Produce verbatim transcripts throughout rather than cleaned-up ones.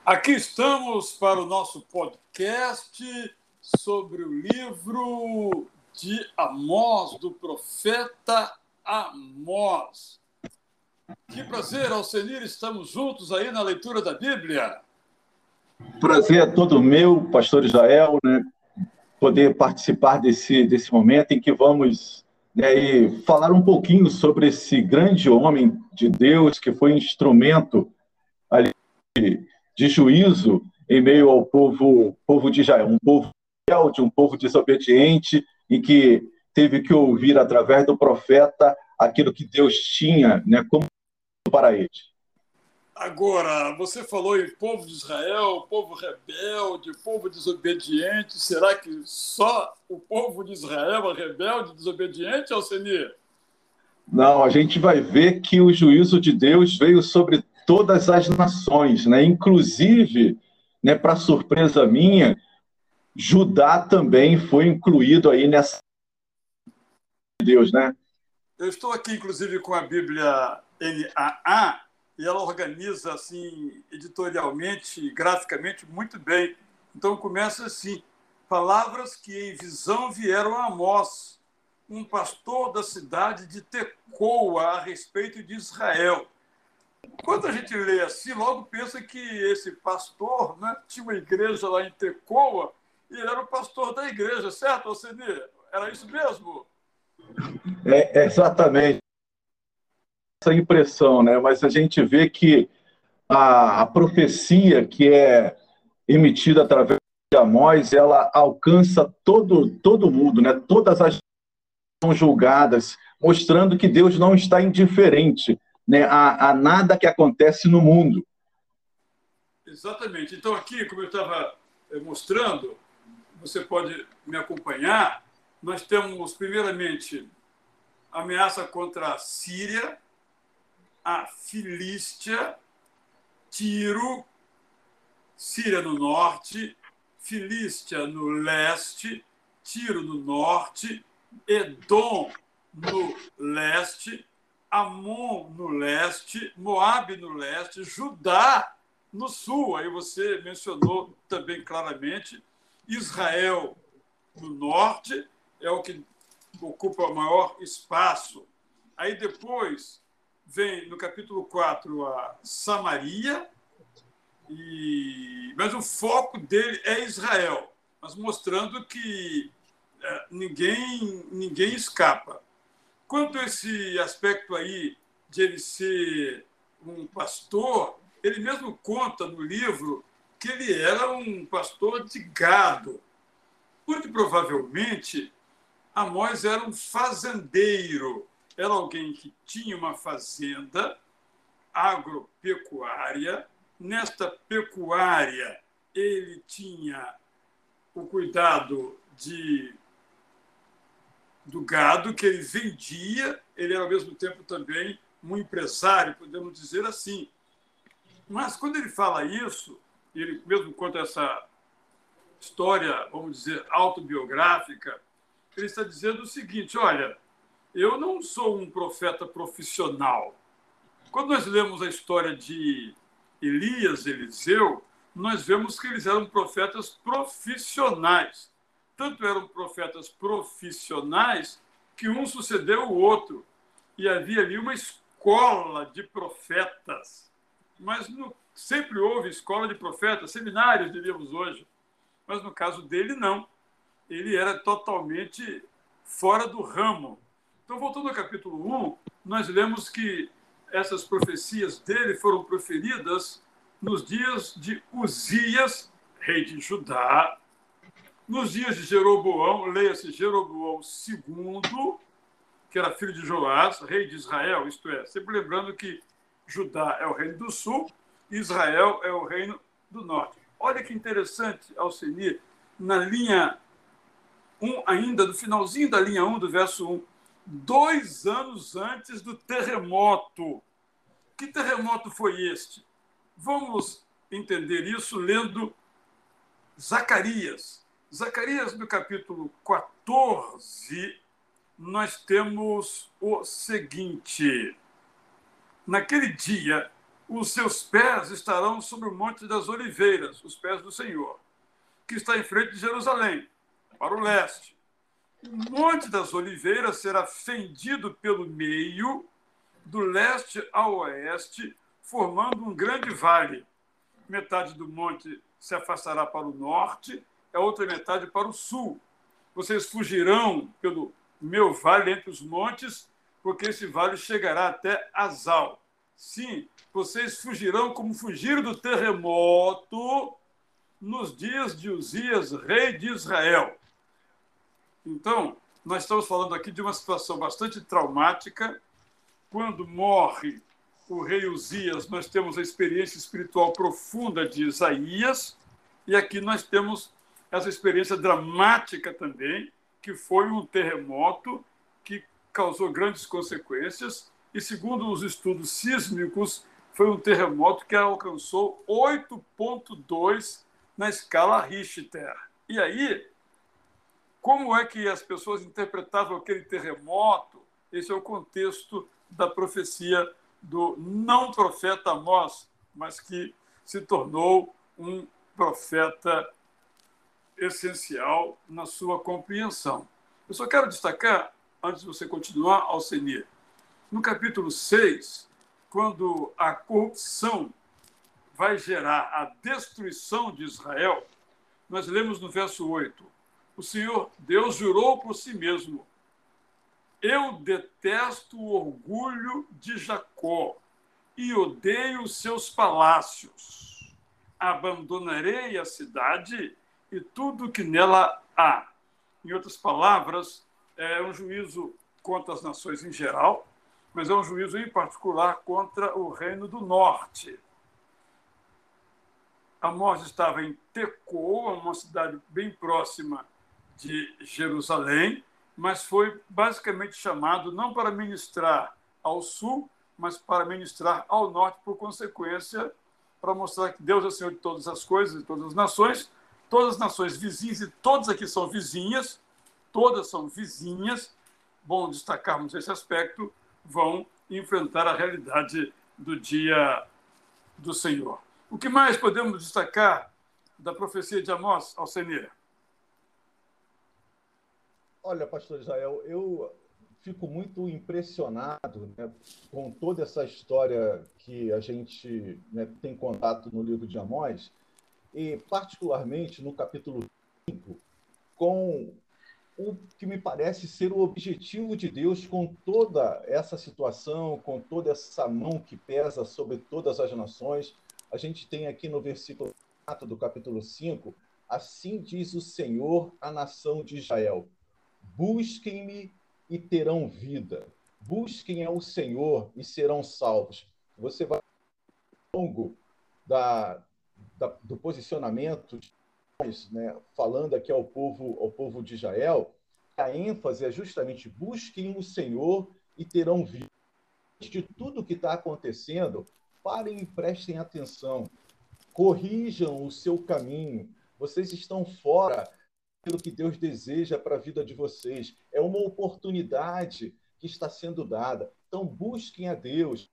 Aqui estamos para o nosso podcast sobre o livro de Amós, do profeta Amós. Que prazer, Alcenir, estamos juntos aí na leitura da Bíblia. Prazer é todo meu, pastor Israel, né, poder participar desse, desse momento em que vamos, né, e falar um pouquinho sobre esse grande homem de Deus que foi instrumento ali de juízo em meio ao povo, povo de Israel, um povo rebelde, um povo desobediente e que teve que ouvir através do profeta aquilo que Deus tinha, né, como para eles. Agora, você falou em povo de Israel, povo rebelde, povo desobediente. Será que só o povo de Israel é rebelde e desobediente, Alcenir? Não, a gente vai ver que o juízo de Deus veio sobre todas as nações, né? Inclusive, né, para surpresa minha, Judá também foi incluído aí nessa de Deus, né? Eu estou aqui, inclusive, com a Bíblia N A A e ela organiza, assim, editorialmente, graficamente, muito bem. Então, começa assim: palavras que em visão vieram a Amós, um pastor da cidade de Tecoa, a respeito de Israel. Quando a gente lê assim, logo pensa que esse pastor, né, tinha uma igreja lá em Tecoa e ele era o pastor da igreja, certo, Alcenir? Era isso mesmo? É, é exatamente essa impressão, né? Mas a gente vê que a, a profecia que é emitida através de Amós, ela alcança todo, todo mundo, né? Todas as são julgadas, mostrando que Deus não está indiferente, né, a, a nada que acontece no mundo. Exatamente. Então, aqui, como eu estava mostrando, você pode me acompanhar, nós temos, primeiramente, a ameaça contra a Síria, a Filístia, Tiro, Síria no norte, Filístia no leste, Tiro no norte, Edom no leste, Amon no leste, Moabe no leste, Judá no sul. Aí você mencionou também claramente Israel no norte, é o que ocupa o maior espaço. Aí depois vem, no capítulo quatro, a Samaria, e... mas o foco dele é Israel, mas mostrando que é, ninguém, ninguém escapa. Quanto a esse aspecto aí de ele ser um pastor, ele mesmo conta no livro que ele era um pastor de gado. Muito provavelmente, Amós era um fazendeiro, era alguém que tinha uma fazenda agropecuária. Nesta pecuária, ele tinha o cuidado de, do gado que ele vendia, ele era, ao mesmo tempo, também um empresário, podemos dizer assim. Mas, quando ele fala isso, ele mesmo conta essa história, vamos dizer, autobiográfica, ele está dizendo o seguinte: olha, eu não sou um profeta profissional. Quando nós lemos a história de Elias, Eliseu, nós vemos que eles eram profetas profissionais. Tanto eram profetas profissionais que um sucedeu o outro. E havia ali uma escola de profetas. Mas no, sempre houve escola de profetas, seminários, diríamos hoje. Mas no caso dele, não. Ele era totalmente fora do ramo. Então, voltando ao capítulo um, nós lemos que essas profecias dele foram proferidas nos dias de Uzias, rei de Judá, nos dias de Jeroboão, leia-se Jeroboão segundo, que era filho de Joás, rei de Israel, isto é, sempre lembrando que Judá é o reino do sul e Israel é o reino do norte. Olha que interessante, Alcenir, na linha um, ainda, no finalzinho da linha um, do verso um, dois anos antes do terremoto. Que terremoto foi este? Vamos entender isso lendo Zacarias. Zacarias, no capítulo quatorze, nós temos o seguinte: naquele dia, Os seus pés estarão sobre o Monte das Oliveiras, os pés do Senhor, que está em frente de Jerusalém, para o leste. O Monte das Oliveiras será fendido pelo meio, do leste ao oeste, formando um grande vale. Metade do monte se afastará para o norte, a outra metade para o sul. Vocês fugirão pelo meu vale entre os montes, porque esse vale chegará até Azal. Sim, vocês fugirão como fugiram do terremoto nos dias de Uzias, rei de Israel. Então, nós estamos falando aqui de uma situação bastante traumática. Quando morre o rei Uzias, nós temos a experiência espiritual profunda de Isaías, e aqui nós temos essa experiência dramática também, que foi um terremoto que causou grandes consequências, e segundo os estudos sísmicos, foi um terremoto que alcançou oito ponto dois na escala Richter. E aí, como é que as pessoas interpretavam aquele terremoto? Esse é o contexto da profecia do não profeta Amós, mas que se tornou um profeta essencial na sua compreensão. Eu só quero destacar, antes de você continuar, Alcenir, no capítulo seis, quando a corrupção vai gerar a destruição de Israel, nós lemos no verso oito, o Senhor Deus jurou por si mesmo: eu detesto o orgulho de Jacó e odeio os seus palácios. Abandonarei a cidade e tudo que nela há. Em outras palavras, é um juízo contra as nações em geral, mas é um juízo em particular contra o reino do norte. Amós estava em Tecoa, uma cidade bem próxima de Jerusalém, mas foi basicamente chamado não para ministrar ao sul, mas para ministrar ao norte, por consequência, para mostrar que Deus é Senhor de todas as coisas, de todas as nações, todas as nações vizinhas, e todas aqui são vizinhas, todas são vizinhas, bom destacarmos esse aspecto, vão enfrentar a realidade do dia do Senhor. O que mais podemos destacar da profecia de Amós, Alcenir? Olha, pastor Israel, eu fico muito impressionado, né, com toda essa história que a gente, né, tem contato no livro de Amós, e particularmente no capítulo cinco, com o que me parece ser o objetivo de Deus com toda essa situação, com toda essa mão que pesa sobre todas as nações. A gente tem aqui no versículo quatro do capítulo cinco, assim diz o Senhor à nação de Israel: busquem-me e terão vida. Busquem ao Senhor e serão salvos. Você vai, ao longo da, da, do posicionamento, né, falando aqui ao povo, ao povo de Israel, a ênfase é justamente: busquem o Senhor e terão vida. De tudo que está acontecendo, parem e prestem atenção. Corrijam o seu caminho. Vocês estão fora daquilo que Deus deseja para a vida de vocês. É uma oportunidade que está sendo dada. Então, busquem a Deus.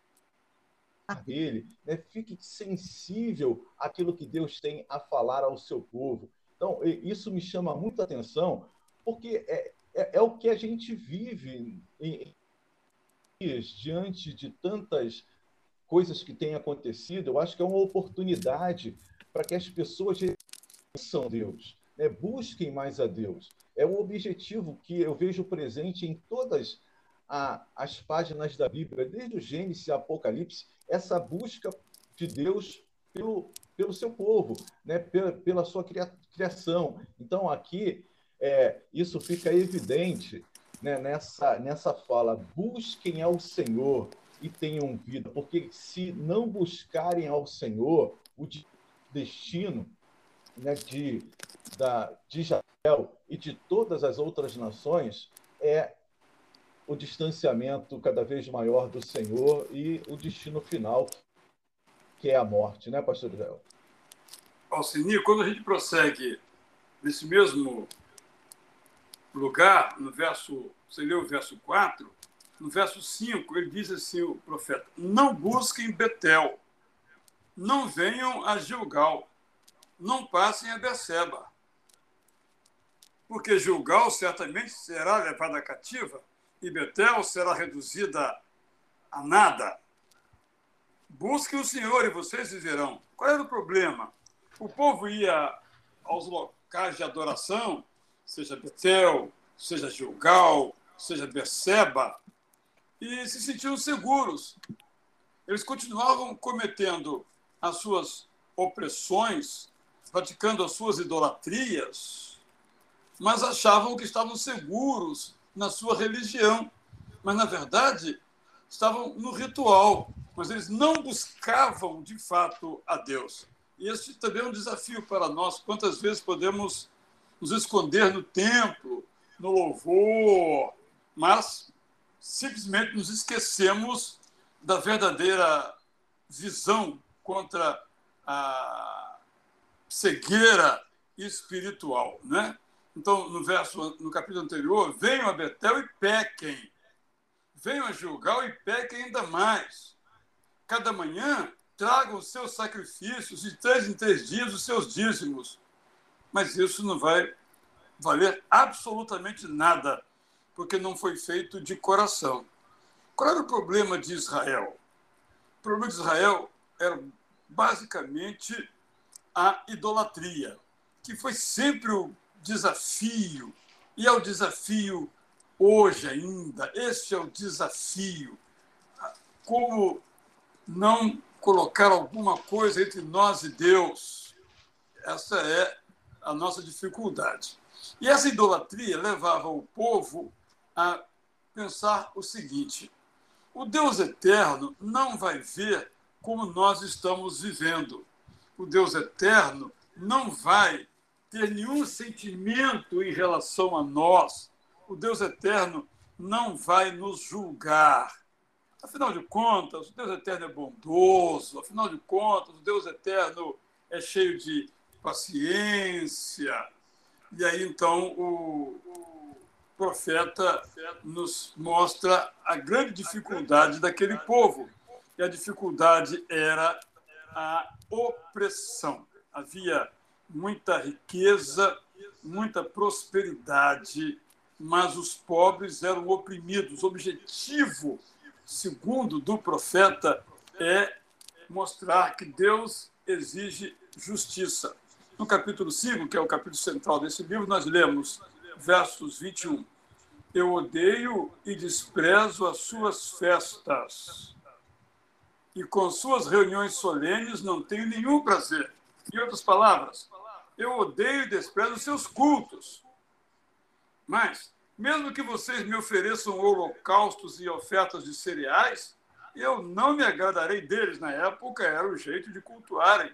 Dele, né? Fique sensível àquilo que Deus tem a falar ao seu povo. Então, isso me chama muita atenção, porque é, é, é o que a gente vive em, em, diante de tantas coisas que têm acontecido. Eu acho que é uma oportunidade para que as pessoas reconheçam Deus, né? Busquem mais a Deus. É um objetivo que eu vejo presente em todas a, as páginas da Bíblia, desde o Gênesis ao Apocalipse, essa busca de Deus pelo, pelo seu povo, né? pela, pela sua cria, criação. Então, aqui, é, isso fica evidente, né? nessa, nessa fala: busquem ao Senhor e tenham vida, porque se não buscarem ao Senhor, o destino, né, de, da, de Israel e de todas as outras nações é o distanciamento cada vez maior do Senhor e o destino final, que é a morte, né, pastor Israel? Alcenir, quando a gente prossegue nesse mesmo lugar, no verso, você leu o verso quatro, no verso cinco, ele diz assim, o profeta: não busquem Betel, não venham a Gilgal, não passem a Berseba, porque Gilgal certamente será levada cativa e Betel será reduzida a nada. Busquem o Senhor e vocês viverão. Qual era o problema? O povo ia aos locais de adoração, seja Betel, seja Gilgal, seja Berseba, e se sentiam seguros. Eles continuavam cometendo as suas opressões, praticando as suas idolatrias, mas achavam que estavam seguros na sua religião. Mas, na verdade, estavam no ritual, mas eles não buscavam, de fato, a Deus. E esse também é um desafio para nós. Quantas vezes podemos nos esconder no templo, no louvor, mas simplesmente nos esquecemos da verdadeira visão contra a cegueira espiritual, né? Então, no verso, no capítulo anterior, venham a Betel e pequem. Venham a Gilgal e pequem ainda mais. Cada manhã tragam os seus sacrifícios e três em três dias os seus dízimos. Mas isso não vai valer absolutamente nada, porque não foi feito de coração. Qual era o problema de Israel? O problema de Israel era basicamente a idolatria, que foi sempre o desafio, e é o desafio hoje ainda. Este é o desafio. Como não colocar alguma coisa entre nós e Deus? Essa é a nossa dificuldade. E essa idolatria levava o povo a pensar o seguinte: o Deus eterno não vai ver como nós estamos vivendo. O Deus eterno não vai ter nenhum sentimento em relação a nós. O Deus eterno não vai nos julgar. Afinal de contas, o Deus eterno é bondoso. Afinal de contas, o Deus eterno é cheio de paciência. E aí, então, o, o profeta nos mostra a grande dificuldade daquele povo. E a dificuldade era a opressão. Havia muita riqueza, muita prosperidade, mas os pobres eram oprimidos. O objetivo, segundo do profeta, é mostrar que Deus exige justiça. No capítulo cinco, que é o capítulo central desse livro, nós lemos versos vinte e um. Eu odeio e desprezo as suas festas, e com suas reuniões solenes não tenho nenhum prazer. Em outras palavras, eu odeio e desprezo os seus cultos. Mas, mesmo que vocês me ofereçam holocaustos e ofertas de cereais, eu não me agradarei deles. Na época, era o jeito de cultuarem.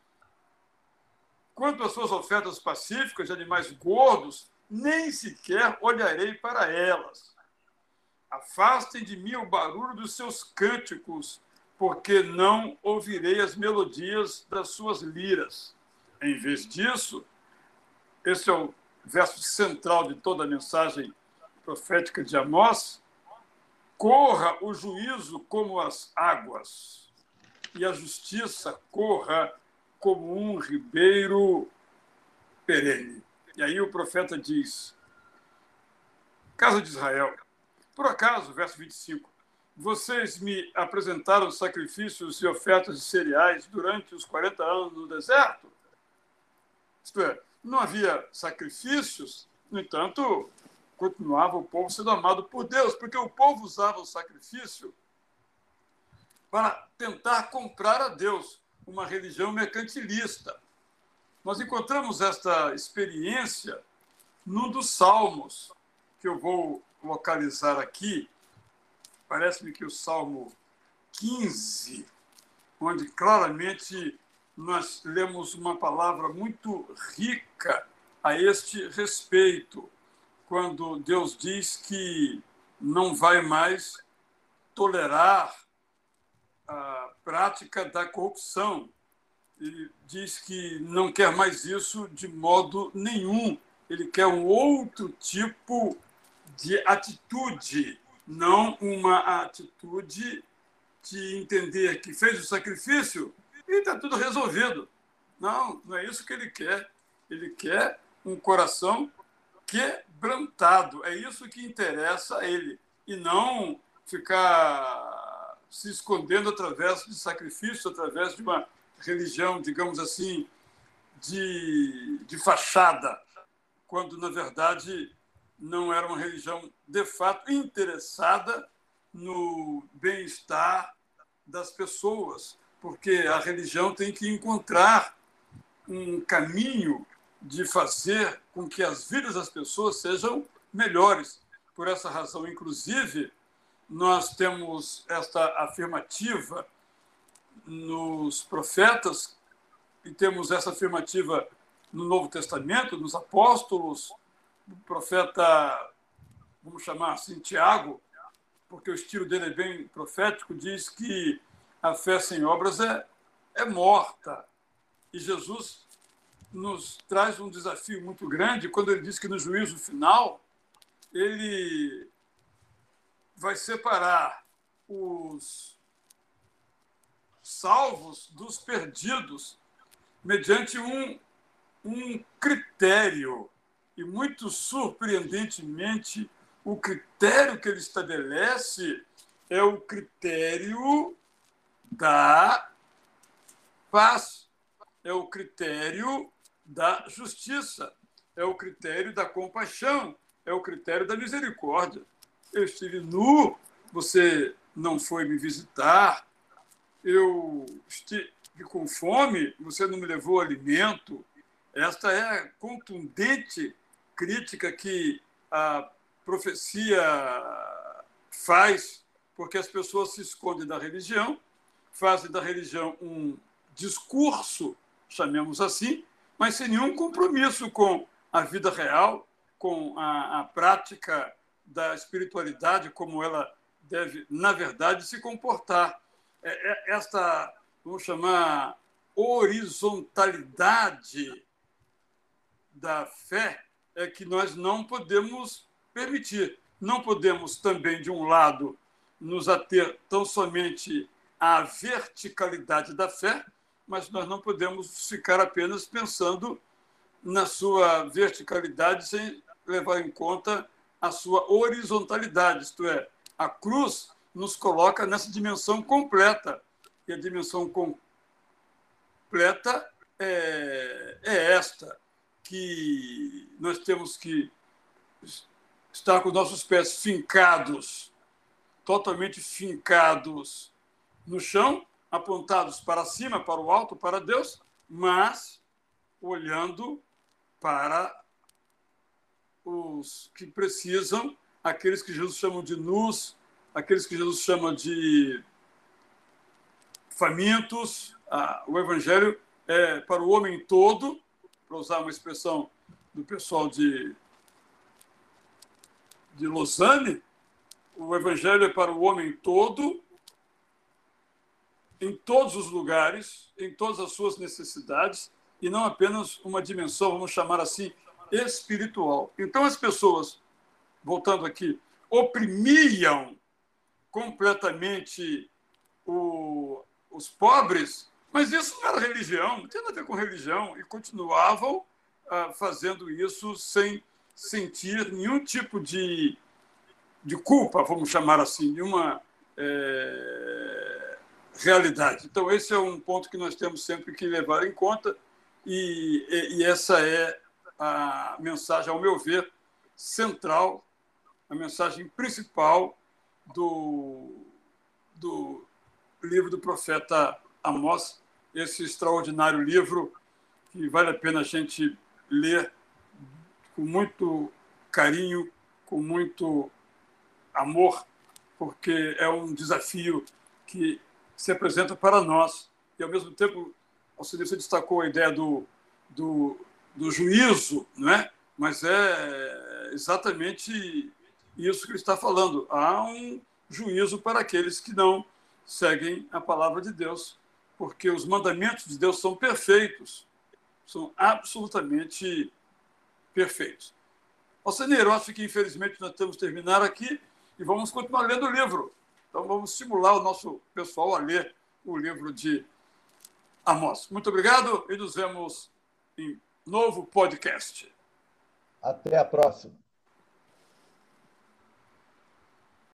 Quanto às suas ofertas pacíficas de animais gordos, nem sequer olharei para elas. Afastem de mim o barulho dos seus cânticos, porque não ouvirei as melodias das suas liras. Em vez disso, esse é o verso central de toda a mensagem profética de Amós: corra o juízo como as águas, e a justiça corra como um ribeiro perene. E aí o profeta diz: casa de Israel, por acaso, verso vinte e cinco, vocês me apresentaram sacrifícios e ofertas de cereais durante os quarenta anos no deserto? Isto é, não havia sacrifícios, no entanto, continuava o povo sendo amado por Deus, porque o povo usava o sacrifício para tentar comprar a Deus, uma religião mercantilista. Nós encontramos esta experiência num dos salmos, que eu vou localizar aqui. Parece-me que o Salmo quinze, onde claramente nós lemos uma palavra muito rica a este respeito, quando Deus diz que não vai mais tolerar a prática da corrupção. Ele diz que não quer mais isso de modo nenhum. Ele quer um outro tipo de atitude, não uma atitude de entender que fez o sacrifício e está tudo resolvido. Não, não é isso que ele quer. Ele quer um coração quebrantado. É isso que interessa a ele. E não ficar se escondendo através de sacrifício, através de uma religião, digamos assim, de, de fachada, quando, na verdade, não era uma religião, de fato, interessada no bem-estar das pessoas, porque a religião tem que encontrar um caminho de fazer com que as vidas das pessoas sejam melhores. Por essa razão, inclusive, nós temos esta afirmativa nos profetas e temos essa afirmativa no Novo Testamento, nos apóstolos, o profeta, vamos chamar assim, Tiago, porque o estilo dele é bem profético, diz que a fé sem obras é, é morta. E Jesus nos traz um desafio muito grande quando ele diz que no juízo final ele vai separar os salvos dos perdidos mediante um, um critério. E, muito surpreendentemente, o critério que ele estabelece é o critério da paz, é o critério da justiça, é o critério da compaixão, é o critério da misericórdia. Eu estive nu, você não foi me visitar, eu estive com fome, você não me levou alimento. Esta é a contundente crítica que a profecia faz, porque as pessoas se escondem da religião, fazem da religião um discurso, chamemos assim, mas sem nenhum compromisso com a vida real, com a, a prática da espiritualidade, como ela deve, na verdade, se comportar. É, é, esta, vamos chamar, horizontalidade da fé é que nós não podemos permitir. Não podemos também, de um lado, nos ater tão somente à verticalidade da fé, mas nós não podemos ficar apenas pensando na sua verticalidade sem levar em conta a sua horizontalidade, isto é, a cruz nos coloca nessa dimensão completa. E a dimensão completa é, é esta, que nós temos que estar com nossos pés fincados, totalmente fincados no chão, apontados para cima, para o alto, para Deus, mas olhando para os que precisam, aqueles que Jesus chama de nus, aqueles que Jesus chama de famintos. Ah, o Evangelho é para o homem todo, para usar uma expressão do pessoal de, de Lausanne, o Evangelho é para o homem todo, em todos os lugares, em todas as suas necessidades, e não apenas uma dimensão, vamos chamar assim, espiritual. Então, as pessoas, voltando aqui, oprimiam completamente o, os pobres, mas isso não era religião, não tinha nada a ver com religião, e continuavam ah, fazendo isso sem sentir nenhum tipo de, de culpa, vamos chamar assim, nenhuma é, realidade. Então, esse é um ponto que nós temos sempre que levar em conta, e, e, e essa é a mensagem, ao meu ver, central, a mensagem principal do, do livro do profeta Amós, esse extraordinário livro que vale a pena a gente ler com muito carinho, com muito amor, porque é um desafio que se apresenta para nós. E, ao mesmo tempo, você destacou a ideia do, do, do juízo, não é? Mas é exatamente isso que ele está falando. Há um juízo para aqueles que não seguem a palavra de Deus, porque os mandamentos de Deus são perfeitos, são absolutamente perfeitos. Alceneiro, eu acho que, infelizmente, nós temos que terminar aqui e vamos continuar lendo o livro. Então, vamos estimular o nosso pessoal a ler o livro de Amós. Muito obrigado e nos vemos em novo podcast. Até a próxima.